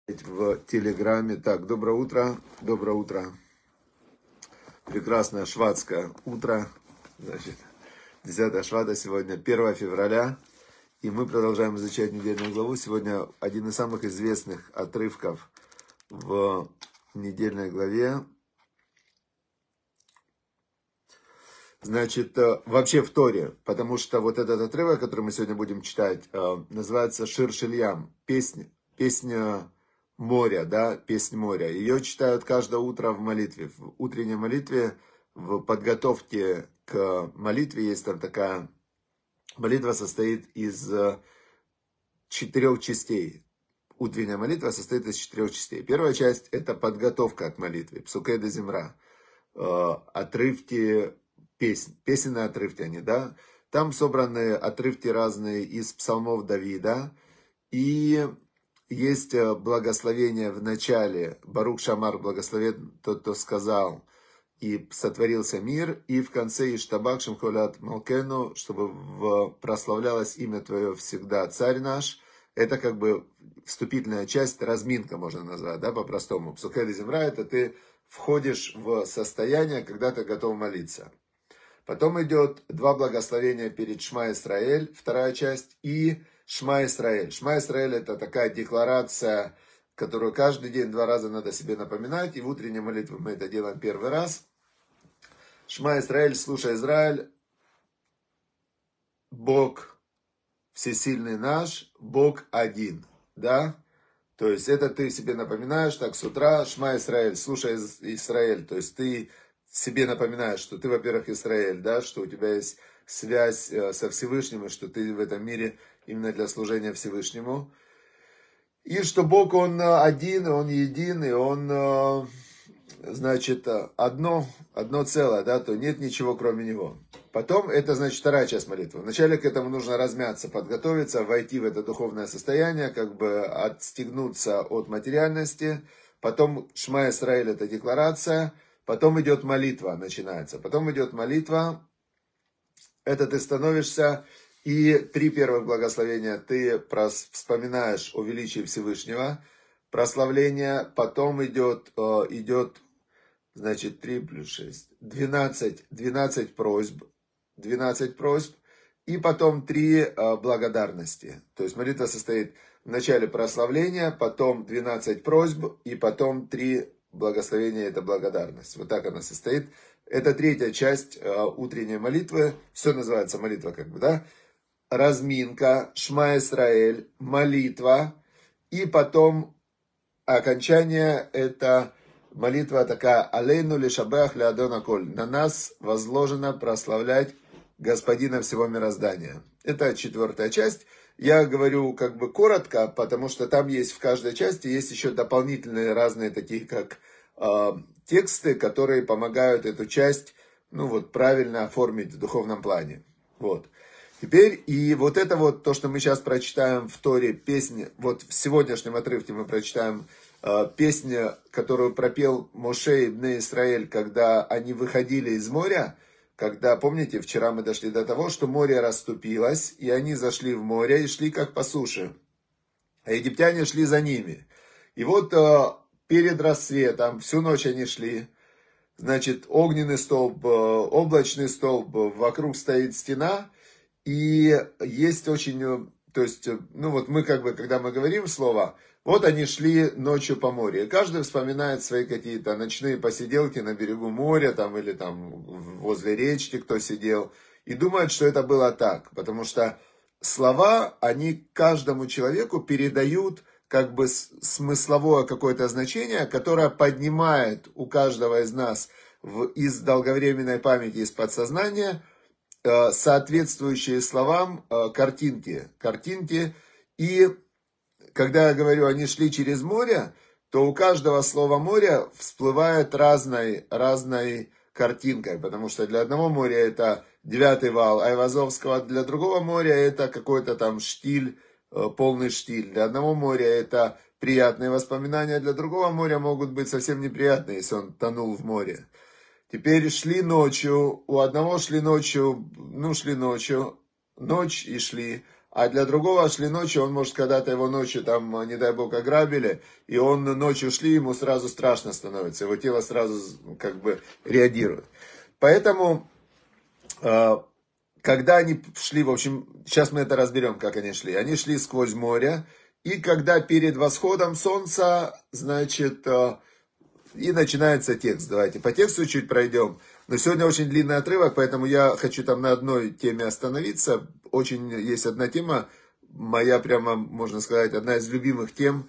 В Телеграме. Так, доброе утро, доброе утро. Прекрасное швадское утро. Значит, 10 швада сегодня, 1 февраля. И мы продолжаем изучать недельную главу. Сегодня один из самых известных отрывков в недельной главе. Значит, вообще в Торе, потому что вот этот отрывок, который мы сегодня будем читать, называется Шир Шильям, песня моря, да, песнь моря. Ее читают каждое утро в молитве, в утренней молитве, в подготовке к молитве. Есть там такая молитва, состоит из 4 частей. Утренняя молитва состоит из 4 частей. Первая часть — это подготовка к молитве, псукей де земра, отрывки песенные отрывки они, да. Там собраны отрывки разные из псалмов Давида. И есть благословение в начале. Барух Шамар, благословен тот, кто сказал, и сотворился мир. И в конце Иштабак Шемхолят Малкену, чтобы прославлялось имя Твое всегда, Царь наш. Это как бы вступительная часть, разминка можно назвать, да, по-простому. Псукей де земра — это ты входишь в состояние, когда ты готов молиться. Потом идет 2 благословения перед Шма Исраэль, вторая часть, и Шма Исраэль. Шма Исраэль — это такая декларация, которую каждый день 2 раза надо себе напоминать, и в утренней молитве мы это делаем 1 раз. Шма Исраэль, слушай, Израиль, Бог всесильный наш, Бог один, да? То есть это ты себе напоминаешь так с утра, Шма Исраэль, слушай, Израиль, то есть ты себе напоминаешь, что ты, во-первых, Израиль, да, что у тебя есть связь со Всевышним, и что ты в этом мире именно для служения Всевышнему. И что Бог, Он один, и Он един, и Он, значит, одно целое, да, то нет ничего кроме Него. Потом, это, значит, вторая часть молитвы. Вначале к этому нужно размяться, подготовиться, войти в это духовное состояние, как бы отстегнуться от материальности. Потом Шма Исраэль — это декларация. Потом идет молитва, начинается. Потом идет молитва. Это ты становишься, и 3 первых благословения ты вспоминаешь о величии Всевышнего. Прославление. Потом идет, значит, 3 плюс 6, 12 просьб. 12 просьб. И потом 3 благодарности. То есть молитва состоит в начале прославления, потом 12 просьб, и потом 3 благословения — это благодарность. Вот так она состоит. Это 3-я часть утренней молитвы. Все называется молитва, как бы, да. Разминка, Шма Исраэль, молитва. И потом окончание — это молитва такая: Алейну лишабах ле Адон аколь. На нас возложено прославлять Господина всего мироздания. Это 4-я часть. Я говорю как бы коротко, потому что там есть в каждой части есть еще дополнительные разные такие как тексты, которые помогают эту часть, ну вот, правильно оформить в духовном плане. Вот. Теперь, и вот это вот то, что мы сейчас прочитаем в Торе, песни, вот в сегодняшнем отрывке мы прочитаем песню, которую пропел Моше и Бне Исраэль, когда они выходили из моря. Когда, помните, вчера мы дошли до того, что море расступилось, и они зашли в море и шли как по суше. А египтяне шли за ними. И вот перед рассветом, всю ночь они шли, значит, огненный столб, облачный столб, вокруг стоит стена, и есть очень, то есть, ну вот мы как бы, когда мы говорим слово, вот они шли ночью по морю. И каждый вспоминает свои какие-то ночные посиделки на берегу моря, там, или там возле речки кто сидел. И думает, что это было так. Потому что слова, они каждому человеку передают как бы смысловое какое-то значение, которое поднимает у каждого из нас из долговременной памяти, из подсознания, соответствующие словам картинки. И когда я говорю, они шли через море, то у каждого слова море всплывает разной картинкой. Потому что для одного моря это 9-й вал Айвазовского, для другого моря это какой-то там штиль, полный штиль. Для одного моря это приятные воспоминания, для другого моря могут быть совсем неприятные, если он тонул в море. Теперь шли ночью, у одного шли ночью, ночь и шли, а для другого шли ночью, он, может, когда-то его ночью, там, не дай бог, ограбили, и он ночью шли, ему сразу страшно становится, его тело сразу как бы реагирует. Поэтому, когда они шли, в общем, сейчас мы это разберем, как они шли сквозь море, и когда перед восходом солнца, значит, и начинается текст. Давайте по тексту чуть пройдем. Но сегодня очень длинный отрывок, поэтому я хочу там на одной теме остановиться. Очень есть одна тема, моя прямо, можно сказать, одна из любимых тем,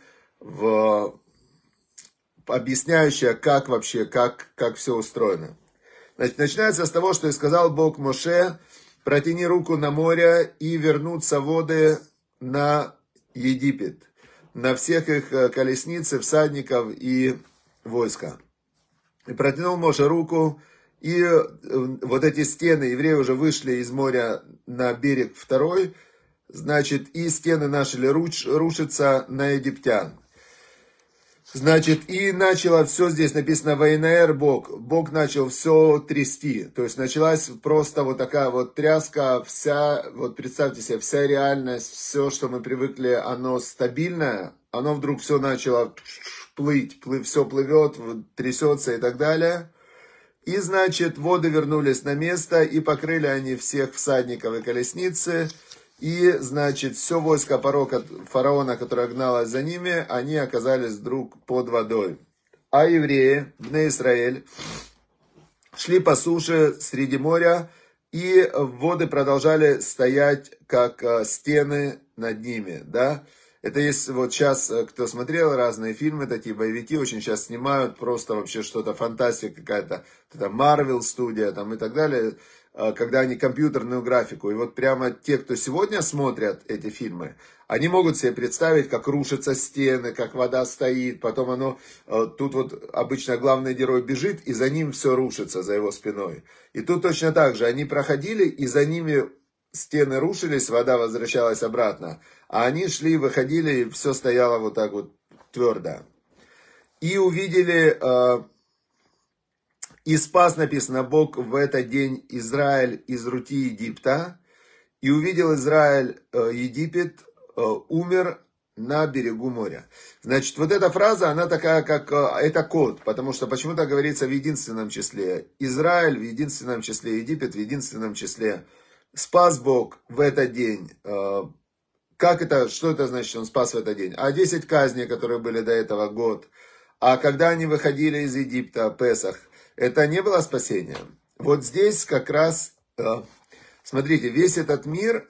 объясняющая, как вообще, как все устроено. Значит, начинается с того, что и сказал Бог Моше: протяни руку на море и вернутся воды на Египет, на всех их колесниц, всадников и войска. И протянул Моше руку, и вот эти стены, евреи уже вышли из моря на берег второй, значит, и стены начали рушиться на египтян. Значит, и начало все, здесь написано «Ваинеэр Бог начал все трясти». То есть началась просто вот такая вот тряска, вся, вот представьте себе, вся реальность, все, что мы привыкли, оно стабильное, оно вдруг все начало плыть, все плывет, трясется и так далее. И, значит, воды вернулись на место, и покрыли они всех всадников и колесницы. И, значит, все войско фараона, которое гналось за ними, они оказались вдруг под водой. А евреи, Бне Исраэль, шли по суше среди моря, и воды продолжали стоять, как стены над ними, да. Это есть вот сейчас, кто смотрел разные фильмы, такие боевики, очень сейчас снимают, просто вообще что-то, фантастика какая-то, это Marvel студия там и так далее, когда они компьютерную графику. И вот прямо те, кто сегодня смотрят эти фильмы, они могут себе представить, как рушатся стены, как вода стоит, потом тут вот обычно главный герой бежит, и за ним все рушится, за его спиной. И тут точно так же, они проходили, и за ними стены рушились, вода возвращалась обратно, а они шли, выходили, и все стояло вот так вот твердо. И увидели, и спас, написано, Бог в этот день Израиль из руки Египта, и увидел Израиль Египет, умер на берегу моря. Значит, вот эта фраза, она такая, как это код, потому что почему-то говорится в единственном числе. Израиль в единственном числе, Египет в единственном числе. Спас Бог в этот день. Как это, что это значит, что он спас в этот день? А 10 казней, которые были до этого, год. А когда они выходили из Египта, Песах, это не было спасением. Вот здесь как раз, смотрите, весь этот мир,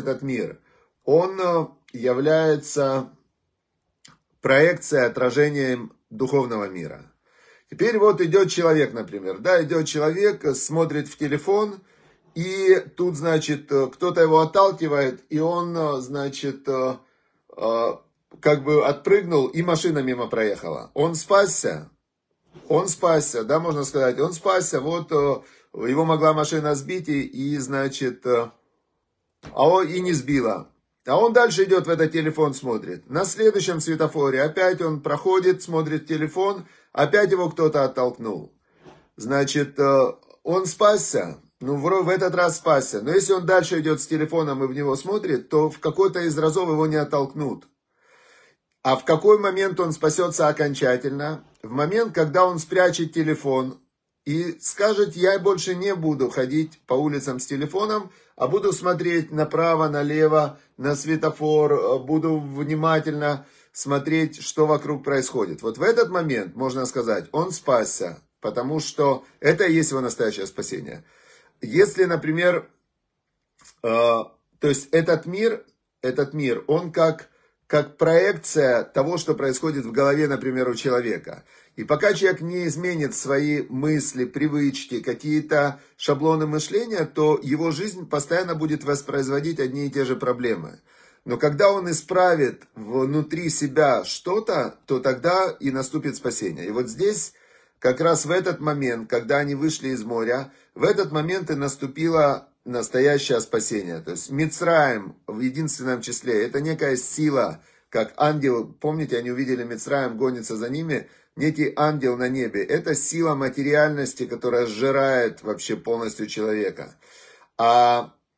он является проекцией, отражением духовного мира. Теперь вот идет человек, например, да, идет человек, смотрит в телефон, и тут, значит, кто-то его отталкивает, и он, значит, как бы отпрыгнул, и машина мимо проехала. Он спасся, да, можно сказать, он спасся, вот его могла машина сбить, и значит, и не сбила. А он дальше идет в этот телефон, смотрит. На следующем светофоре опять он проходит, смотрит телефон, опять его кто-то оттолкнул. Значит, он спасся. Ну, в этот раз спасся. Но если он дальше идет с телефоном и в него смотрит, то в какой-то из разов его не оттолкнут. А в какой момент он спасется окончательно? В момент, когда он спрячет телефон и скажет: я больше не буду ходить по улицам с телефоном, а буду смотреть направо, налево, на светофор, буду внимательно смотреть, что вокруг происходит. Вот в этот момент, можно сказать, он спасся, потому что это и есть его настоящее спасение. Если, например, то есть этот мир, он как проекция того, что происходит в голове, например, у человека. И пока человек не изменит свои мысли, привычки, какие-то шаблоны мышления, то его жизнь постоянно будет воспроизводить одни и те же проблемы. Но когда он исправит внутри себя что-то, то тогда и наступит спасение. И вот здесь, как раз в этот момент, когда они вышли из моря, в этот момент и наступило настоящее спасение. То есть Мицраим в единственном числе, это некая сила, как ангел, помните, они увидели Мицраим, гонится за ними, некий ангел на небе. Это сила материальности, которая сжирает вообще полностью человека. А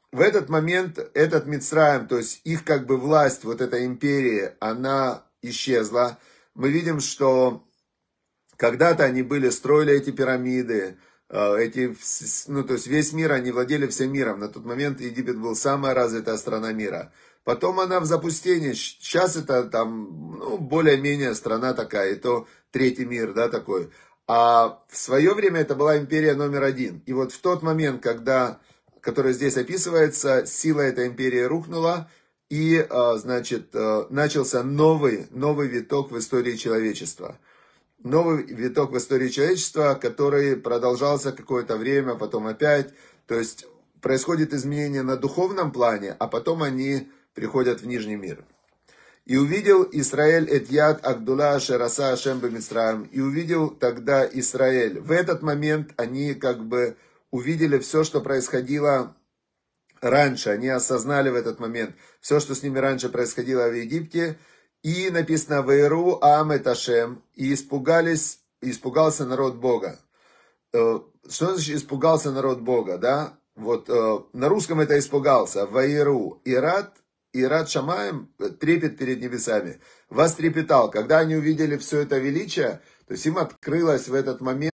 в этот момент этот Мицраим, то есть их как бы власть, вот эта империя, она исчезла. Мы видим, что когда-то они строили эти пирамиды, ну, то есть весь мир, они владели всем миром. На тот момент Египет был самая развитая страна мира. Потом она в запустении. Сейчас это там, ну, более-менее страна такая, и то третий мир, да, такой. А в свое время это была империя номер один. И вот в тот момент, который здесь описывается, сила этой империи рухнула, и, значит, начался новый виток в истории человечества. Новый виток в истории человечества, который продолжался какое-то время, потом опять. То есть происходит изменение на духовном плане, а потом они приходят в нижний мир. «И увидел Исраэль эт яд агдула шераса Ашем бемицраим». И увидел тогда Израиль. В этот момент они как бы увидели все, что происходило раньше. Они осознали в этот момент все, что с ними раньше происходило в Египте. И написано «Ваиру ам эт Ашем». И испугался народ Бога. Что значит испугался народ Бога, да? Вот на русском это испугался. «Ваиру». Ират Шамаем, трепет перед небесами, вострепетал. Когда они увидели все это величие, то есть им открылось в этот момент,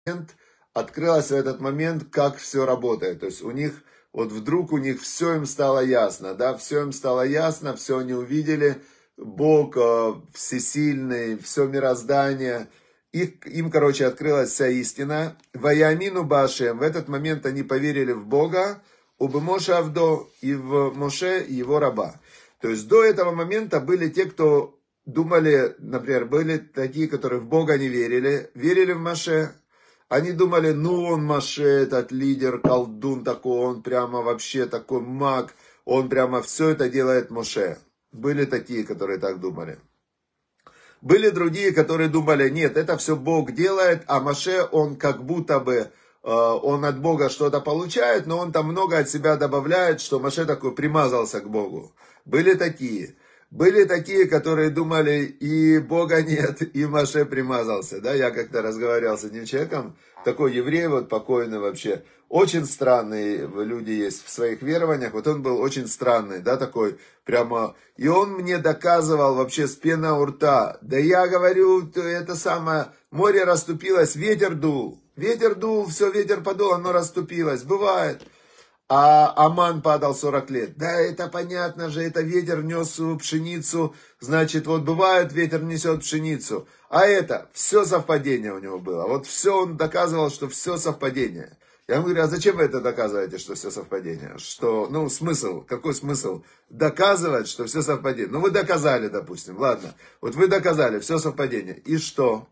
как все работает. То есть у них, вот вдруг у них все им стало ясно, да, все им стало ясно, все они увидели, Бог всесильный, все мироздание, им, короче, открылась вся истина. Ваямину башем, в этот момент они поверили в Бога, убы Моше Авдо, и в Моше, его раба. То есть до этого момента были те, кто думали, например, были такие, которые в Бога не верили в Моше. Они думали, ну он Моше, этот лидер, колдун такой, он прямо вообще такой маг, он прямо все это делает Моше. Были такие, которые так думали. Были другие, которые думали, нет, это все Бог делает, а Моше, он как будто бы, он от Бога что-то получает, но он там много от себя добавляет, что Моше такой примазался к Богу. Были такие, которые думали, и Бога нет, и Моше примазался. Да? Я как-то разговаривал с одним человеком, такой еврей, вот покойный вообще, очень странные люди есть в своих верованиях, вот он был очень странный, да, такой прямо, и он мне доказывал вообще с пеной у рта, да я говорю, это самое, море расступилось, ветер дул, все, ветер подул, оно расступилось, бывает. А Аман падал 40 лет. Да, это понятно же, это ветер нес пшеницу, значит, вот бывает, ветер несет пшеницу. А это, все совпадение у него было. Вот все он доказывал, что все совпадение. Я ему говорю, а зачем вы это доказываете, что все совпадение? Что, ну, смысл, какой смысл? Доказывать, что все совпадение. Ну, вы доказали, допустим, ладно. Вот вы доказали, все совпадение. И что?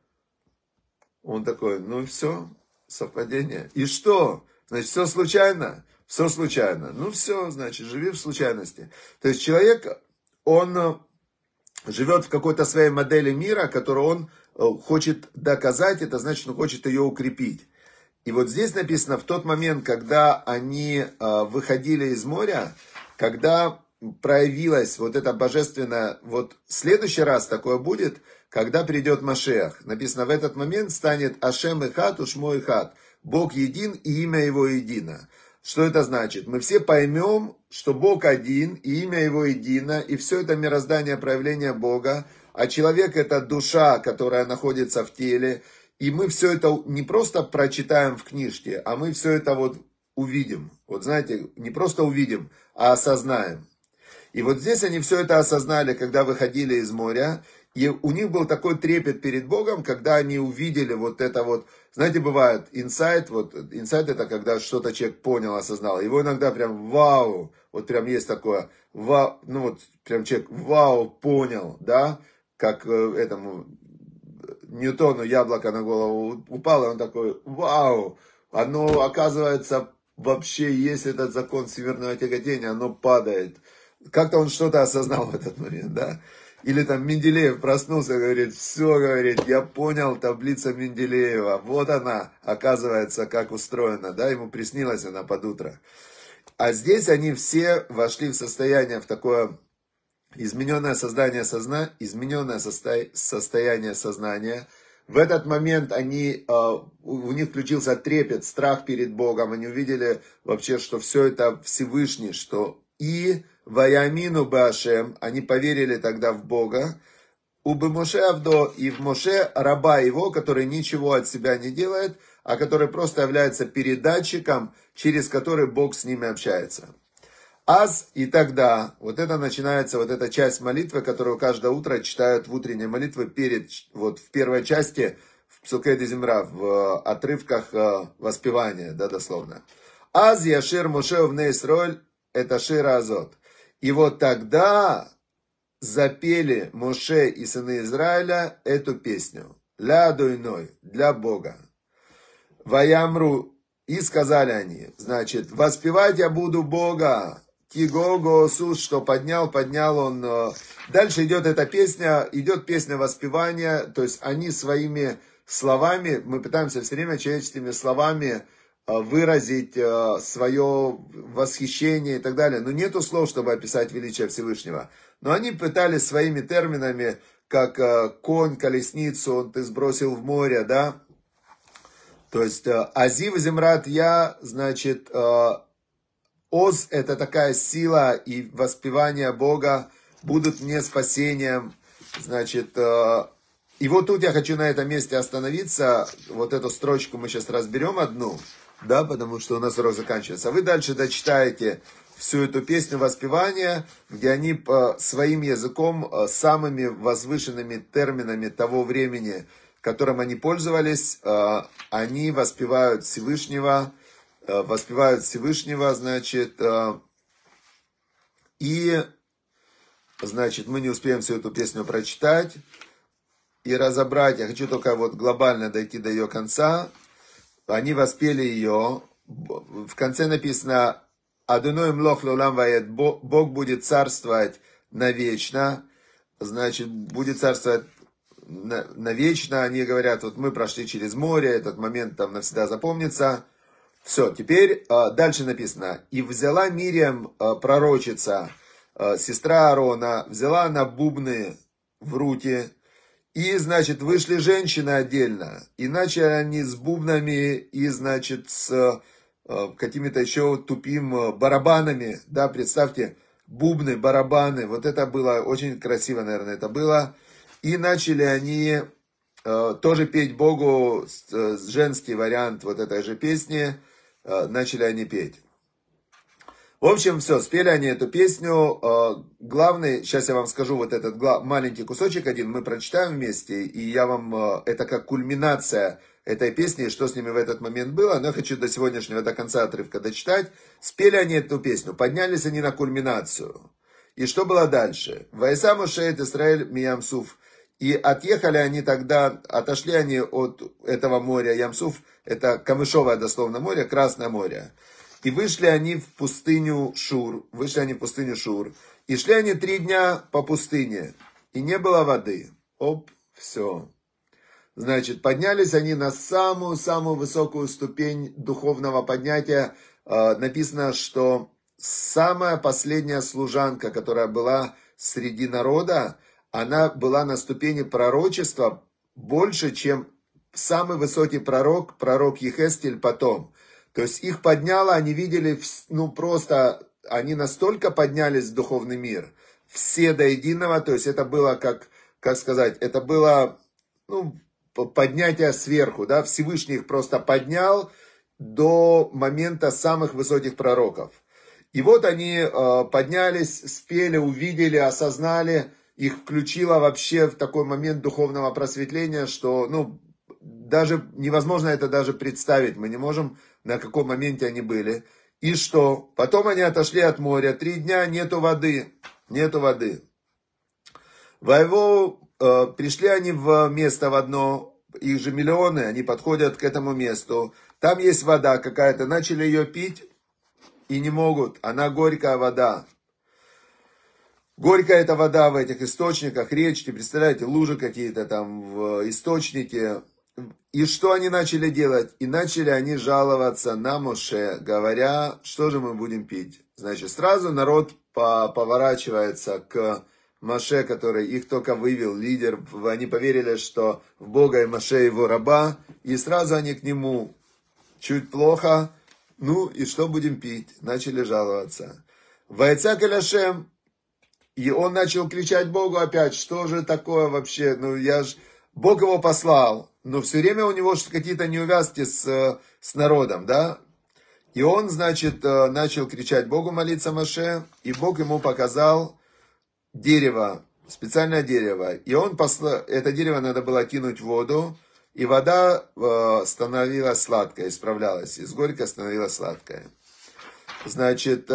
Он такой, ну, все, совпадение. И что? Значит, все случайно? Все случайно. Ну, все, значит, живи в случайности. То есть человек, он живет в какой-то своей модели мира, которую он хочет доказать, это значит, он хочет ее укрепить. И вот здесь написано, в тот момент, когда они выходили из моря, когда проявилась вот эта божественная, вот в следующий раз такое будет, когда придет Машиах. Написано, в этот момент станет Ашем Эхад, Ушмо Эхад. Бог един и имя его едино. Что это значит? Мы все поймем, что Бог один и имя его едино, и все это мироздание проявление Бога, а человек это душа, которая находится в теле, и мы все это не просто прочитаем в книжке, а мы все это вот увидим. Вот знаете, не просто увидим, а осознаем. И вот здесь они все это осознали, когда выходили из моря, и у них был такой трепет перед Богом, когда они увидели вот это вот, знаете, бывает инсайт, вот инсайт это когда что-то человек понял, осознал. Его иногда прям вау, вот прям есть такое, вау, ну вот прям человек вау понял, да, как этому Ньютону яблоко на голову упало, и он такой вау, оно оказывается вообще есть этот закон всемирного тяготения, оно падает. Как-то он что-то осознал в этот момент, да. Или там Менделеев проснулся и говорит, все, говорит, я понял, таблица Менделеева, вот она, оказывается, как устроена, да, ему приснилась она под утро. А здесь они все вошли в состояние, в такое измененное состояние сознания, В этот момент у них включился трепет, страх перед Богом. Они увидели вообще, что все это Всевышний, что и ваямину башем, они поверили тогда в Бога. Убы Моше Авдо, и в Моше раба его, который ничего от себя не делает, а который просто является передатчиком, через который Бог с ними общается. Аз, и тогда, вот это начинается, вот эта часть молитвы, которую каждое утро читают в утренней молитве вот в первой части, в Псукей де Земра, в отрывках воспевания, да, дословно. Аз яшир Моше вне Исроэль, это шира азот. И вот тогда запели Моше и сыны Израиля эту песню. Ля дуйной, для Бога. Ваямру, и сказали они, значит, воспевать я буду Бога. Кигого Сус, что поднял он. Дальше идет песня воспевания, то есть они своими словами, мы пытаемся все время человеческими словами выразить свое восхищение и так далее. Но нету слов, чтобы описать величие Всевышнего. Но они пытались своими терминами, как конь, колесницу, ты сбросил в море, да. То есть Азив Земрат Я, значит, Оз, это такая сила и воспевание Бога будут мне спасением. Значит, и вот тут я хочу на этом месте остановиться. Вот эту строчку мы сейчас разберем одну, да, потому что у нас урок заканчивается. А вы дальше дочитаете всю эту песню воспевания, где они своим языком, самыми возвышенными терминами того времени, которым они пользовались, они воспевают Всевышнего, значит, и, значит, мы не успеем всю эту песню прочитать и разобрать. Я хочу только вот глобально дойти до ее конца. Они воспели ее. В конце написано «Адуной млох леулам ваэт», Бог будет царствовать навечно, значит, будет царствовать навечно. Они говорят, вот мы прошли через море, этот момент там навсегда запомнится. Все, теперь дальше написано. И взяла Мириам, пророчица, сестра Аарона, взяла она бубны в руки. И, значит, вышли женщины отдельно. И начали они с бубнами и, значит, с какими-то еще тупым барабанами. Да, представьте, бубны, барабаны. Вот это было очень красиво, наверное, это было. И начали они тоже петь Богу, женский вариант вот этой же песни. Начали они петь. В общем, все, спели они эту песню. Главный, сейчас я вам скажу вот этот маленький кусочек один, мы прочитаем вместе, и я вам, это как кульминация этой песни, что с ними в этот момент было, но я хочу до сегодняшнего, до конца отрывка дочитать. Спели они эту песню, поднялись они на кульминацию. И что было дальше? «Вайса Моше Исраэль Миямсуф». И отъехали они тогда, отошли они от этого моря. Ямсуф — это камышовое дословно море, Красное море. И вышли они в пустыню Шур. И шли они 3 дня по пустыне. И не было воды. Оп, все. Значит, поднялись они на самую-самую высокую ступень духовного поднятия. Написано, что самая последняя служанка, которая была среди народа, она была на ступени пророчества больше, чем самый высокий пророк Ехескель потом. То есть их подняло, они видели, ну просто, они настолько поднялись в духовный мир, все до единого, то есть это было, как сказать, это было, ну, поднятие сверху, да, Всевышний их просто поднял до момента самых высоких пророков. И вот они поднялись, спели, увидели, осознали, их включило вообще в такой момент духовного просветления, что, ну, даже невозможно это даже представить. Мы не можем, на каком моменте они были. И что? Потом они отошли от моря. 3 дня нету воды. Пришли они в место в одно. Их же миллионы. Они подходят к этому месту. Там есть вода какая-то. Начали ее пить и не могут. Она горькая вода. Горькая эта вода в этих источниках, речки, представляете, лужи какие-то там в источнике. И что они начали делать? И начали они жаловаться на Моше, говоря, что же мы будем пить. Значит, сразу народ поворачивается к Моше, который их только вывел, лидер, они поверили, что в Бога и Моше его раба, и сразу они к нему чуть плохо, ну и что будем пить? Начали жаловаться. Вайцак эль Ашем, и он начал кричать Богу опять, что же такое вообще, Бог его послал, но все время у него какие-то неувязки с народом, да? И он, значит, начал кричать Богу, молиться Моше, и Бог ему показал дерево, специальное дерево. И это дерево надо было кинуть в воду, и вода становилась сладкой, исправлялась, из горькой становилась сладкой. Значит,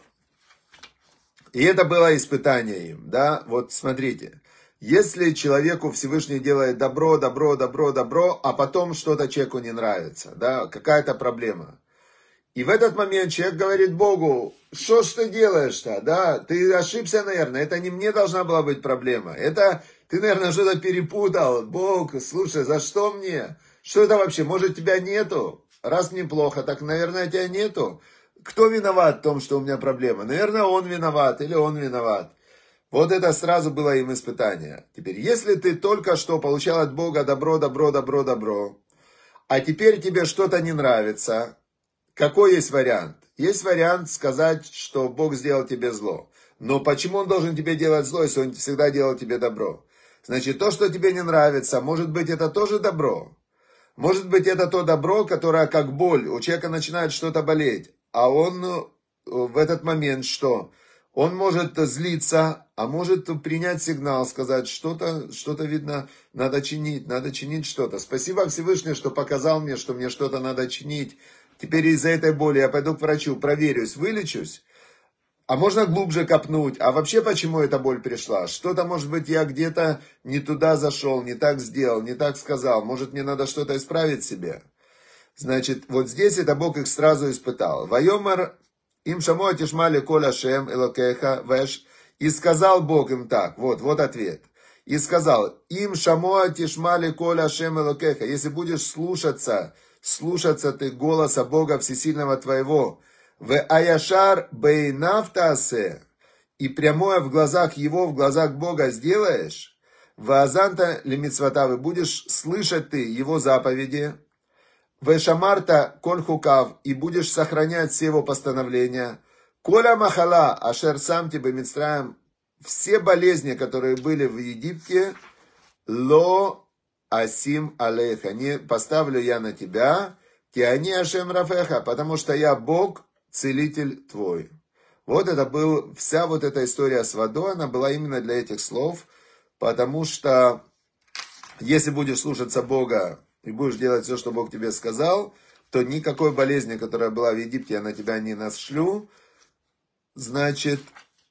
и это было испытание им, да? Вот смотрите, если человеку Всевышний делает добро, а потом что-то человеку не нравится, да, какая-то проблема. И в этот момент человек говорит Богу, что ж ты делаешь-то, да, ты ошибся, наверное, это не мне должна была быть проблема, это ты, наверное, что-то перепутал, Бог, слушай, за что мне, что это вообще, может тебя нету, раз мне плохо, так, наверное, тебя нету, кто виноват в том, что у меня проблема, наверное, он виноват или он виноват. Вот это сразу было им испытание. Теперь, если ты только что получал от Бога добро, а теперь тебе что-то не нравится, какой есть вариант? Есть вариант сказать, что Бог сделал тебе зло. Но почему Он должен тебе делать зло, если Он всегда делал тебе добро? Значит, то, что тебе не нравится, может быть, это тоже добро. Может быть, это то добро, которое как боль. У человека начинает что-то болеть. А он в этот момент что? Он может злиться, а может принять сигнал, сказать, что-то видно, надо чинить что-то. Спасибо Всевышний, что показал мне, что мне что-то надо чинить. Теперь из-за этой боли я пойду к врачу, проверюсь, вылечусь. А можно глубже копнуть. А вообще почему эта боль пришла? Что-то, может быть, я где-то не туда зашел, не так сделал, не так сказал. Может, мне надо что-то исправить себе. Значит, вот здесь это Бог их сразу испытал. Вайомар им шамо тишмали коль Ашем элокеха вэш. И сказал Бог им так. Вот ответ. И сказал, им шамо тишмали коль Ашем элокеха. Если будешь слушаться ты голоса Бога Всесильного твоего. В аяшар бейнав таасе. И прямое в глазах Его, в глазах Бога сделаешь. В азанта лимитсвата. Будешь слышать ты Его заповеди. В шамарта коль хукав, и будешь сохранять все его постановления. Коля махала, ашер сам тебе мицраем, все болезни, которые были в Египте, ло асим алейха, не поставлю я на тебя, тиани ашем рафеха, потому что я Бог, целитель твой. Вот это был, вся вот эта история с водой, она была именно для этих слов, потому что если будешь слушаться Бога, и будешь делать все, что Бог тебе сказал, то никакой болезни, которая была в Египте, я на тебя не нашлю. Значит,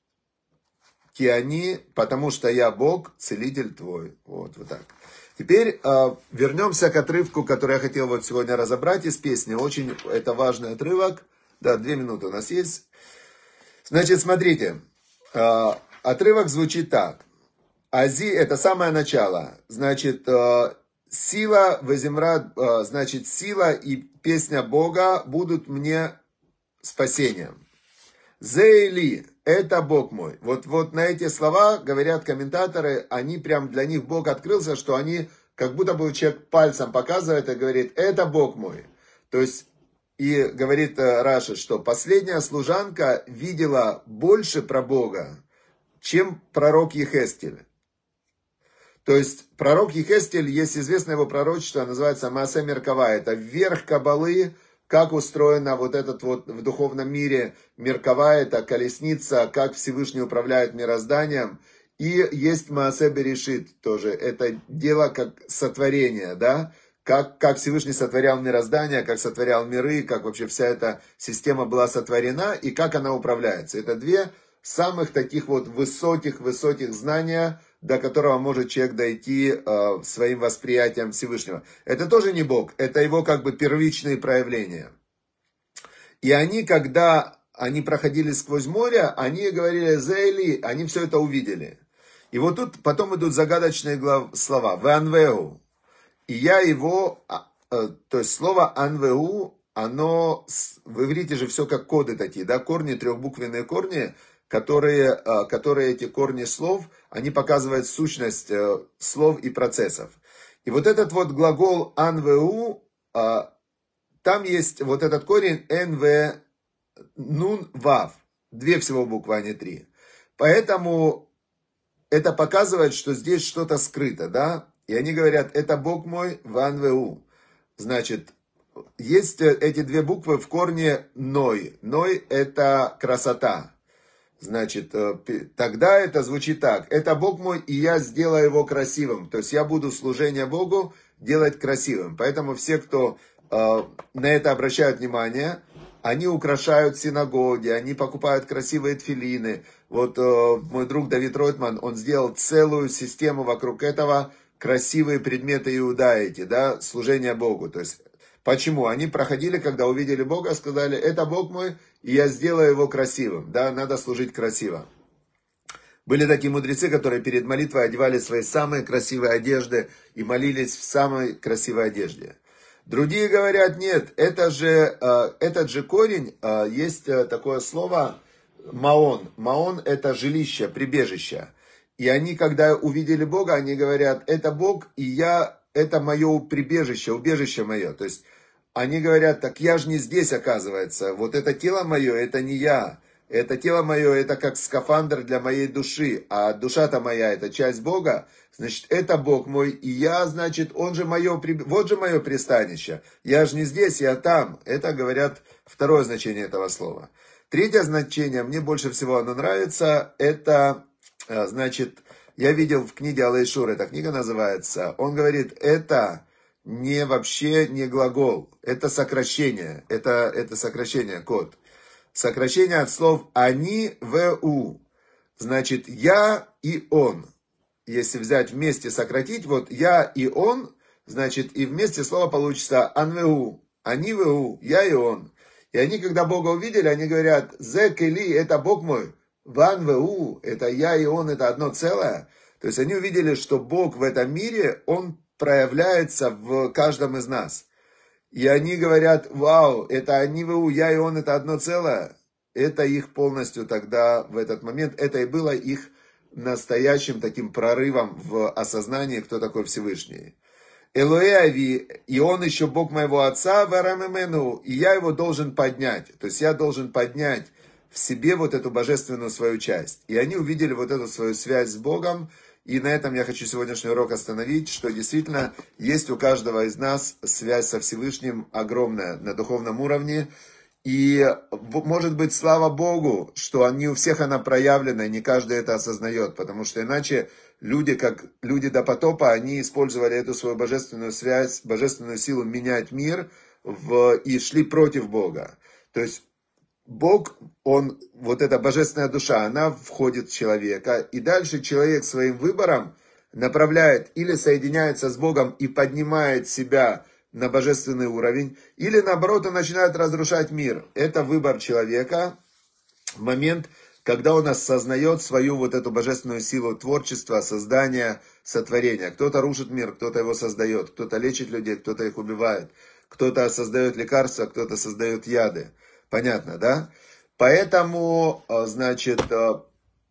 тиани, потому что я Бог, целитель твой. Вот так. Теперь вернемся к отрывку, который я хотел вот сегодня разобрать из песни. Очень это важный отрывок. Да, 2 минуты у нас есть. Значит, смотрите. Отрывок звучит так. Ази, это самое начало. Значит, сила Вазимра, значит, сила и песня Бога будут мне спасением. Зейли, это Бог мой. Вот на эти слова, говорят комментаторы, они прям для них Бог открылся, что они, как будто бы человек пальцем показывает и говорит, это Бог мой. То есть, и говорит Раши, что последняя служанка видела больше про Бога, чем пророк Ехескель. То есть пророк Ехескель, есть известное его пророчество, называется Маасе Меркава. Это верх Кабалы, как устроена вот этот вот в духовном мире Меркава, это колесница, как Всевышний управляет мирозданием. И есть Маасе Берешит тоже, это дело как сотворение, да, как Всевышний сотворял мироздание, как сотворял миры, как вообще вся эта система была сотворена и как она управляется. Это 2 самых таких вот высоких знания, до которого может человек дойти своим восприятием Всевышнего. Это тоже не Бог, это его как бы первичные проявления. И они, когда они проходили сквозь море, они говорили «Зейли», они все это увидели. И вот тут потом идут загадочные слова «Ванвеу». И я его, то есть слово «анвеу», оно, в иврите же все как коды такие, да, корни, 3-буквенные корни. которые эти корни слов, они показывают сущность слов и процессов. И вот этот вот глагол «анву», там есть вот этот корень «нв», «нун», «вав». Две всего буквы, а не три. Поэтому это показывает, что здесь что-то скрыто, да? И они говорят, это Бог мой в «анву». Значит, есть эти две буквы в корне «ной». «Ной» – это красота. Значит, тогда это звучит так. Это Бог мой, и я сделаю его красивым. То есть я буду служение Богу делать красивым. Поэтому все, кто на это обращают внимание, они украшают синагоги, они покупают красивые тфилины. Вот мой друг Давид Ройтман, он сделал целую систему вокруг этого, красивые предметы Иуда эти, да, служение Богу. То есть, почему? Они проходили, когда увидели Бога, сказали, это Бог мой, и я сделаю его красивым, да, надо служить красиво. Были такие мудрецы, которые перед молитвой одевали свои самые красивые одежды и молились в самой красивой одежде. Другие говорят, нет, этот же корень, есть такое слово маон. Маон – это жилище, прибежище. И они, когда увидели Бога, они говорят, это Бог, и это мое прибежище, убежище мое. То есть они говорят, так я же не здесь, оказывается. Вот это тело мое, это не я. Это тело мое, это как скафандр для моей души. А душа-то моя, это часть Бога. Значит, это Бог мой, и я, значит, вот же мое пристанище. Я же не здесь, я там. Это, говорят, второе значение этого слова. Третье значение, мне больше всего оно нравится, это, значит, я видел в книге Алей Шур, эта книга называется, он говорит, это вообще не глагол, это сокращение, это сокращение, код. Сокращение от слов «они», «ву», значит, «я» и «он». Если взять вместе, сократить, вот «я» и «он», значит, и вместе слово получится «анву», «они», «ву», «я» и «он». И они, когда Бога увидели, они говорят «зе кели» – это Бог мой, «ван ву» – это «я» и «он» – это одно целое. То есть они увидели, что Бог в этом мире, Он проявляется в каждом из нас. И они говорят, вау, это они, вы, я и он, это одно целое. Это их полностью тогда, в этот момент, это и было их настоящим таким прорывом в осознании, кто такой Всевышний. Элоэави, и он еще Бог моего отца, варамемену, и я его должен поднять. То есть я должен поднять в себе вот эту божественную свою часть. И они увидели вот эту свою связь с Богом. И на этом я хочу сегодняшний урок остановить, что действительно есть у каждого из нас связь со Всевышним огромная на духовном уровне. И может быть, слава Богу, что не у всех она проявлена, и не каждый это осознает. Потому что иначе люди, как люди до потопа, они использовали эту свою божественную связь, божественную силу менять мир и шли против Бога. То есть Бог, он, вот эта божественная душа, она входит в человека, и дальше человек своим выбором направляет или соединяется с Богом и поднимает себя на божественный уровень, или наоборот он начинает разрушать мир. Это выбор человека в момент, когда он осознает свою вот эту божественную силу творчества, создания, сотворения. Кто-то рушит мир, кто-то его создает, кто-то лечит людей, кто-то их убивает, кто-то создает лекарства, кто-то создает яды. Понятно, да? Поэтому, значит, а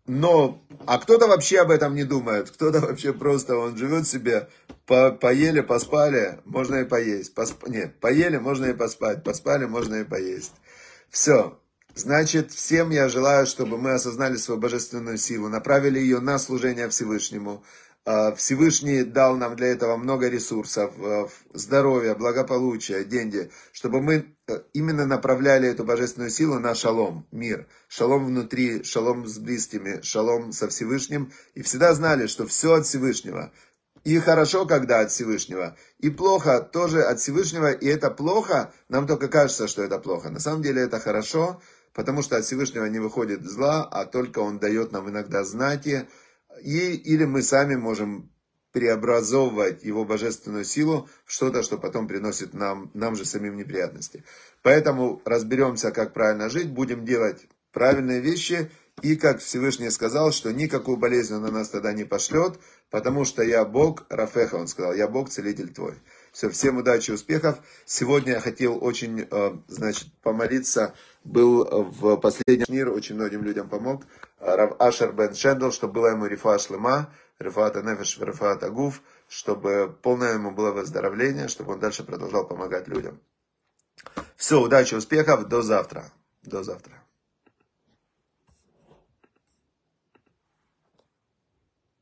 кто-то вообще об этом не думает, кто-то вообще просто, он живет себе, поели, поспали, можно и поесть, поели, можно и поспать, поспали, можно и поесть. Все. Значит, всем я желаю, чтобы мы осознали свою божественную силу, направили ее на служение Всевышнему. Всевышний дал нам для этого много ресурсов, здоровья, благополучия, деньги, чтобы мы именно направляли эту божественную силу на шалом, мир. Шалом внутри, шалом с близкими, шалом со Всевышним. И всегда знали, что все от Всевышнего. И хорошо, когда от Всевышнего, и плохо тоже от Всевышнего. И это плохо, нам только кажется, что это плохо. На самом деле это хорошо, потому что от Всевышнего не выходит зла, а только Он дает нам иногда знаки, или мы сами можем преобразовывать его божественную силу в что-то, что потом приносит нам же самим неприятности. Поэтому разберемся, как правильно жить, будем делать правильные вещи. И как Всевышний сказал, что никакую болезнь он на нас тогда не пошлет, потому что я Бог Рафеха, он сказал, я Бог, целитель твой. Все, всем удачи, успехов. Сегодня я хотел очень, значит, помолиться. Был в последний мир, очень многим людям помог. Рав Ашер бен Шендел, чтобы было ему рифа шлема, рифа нефеш, рифа агуф, чтобы полное ему было выздоровление, чтобы он дальше продолжал помогать людям. Все, удачи, успехов, до завтра. До завтра.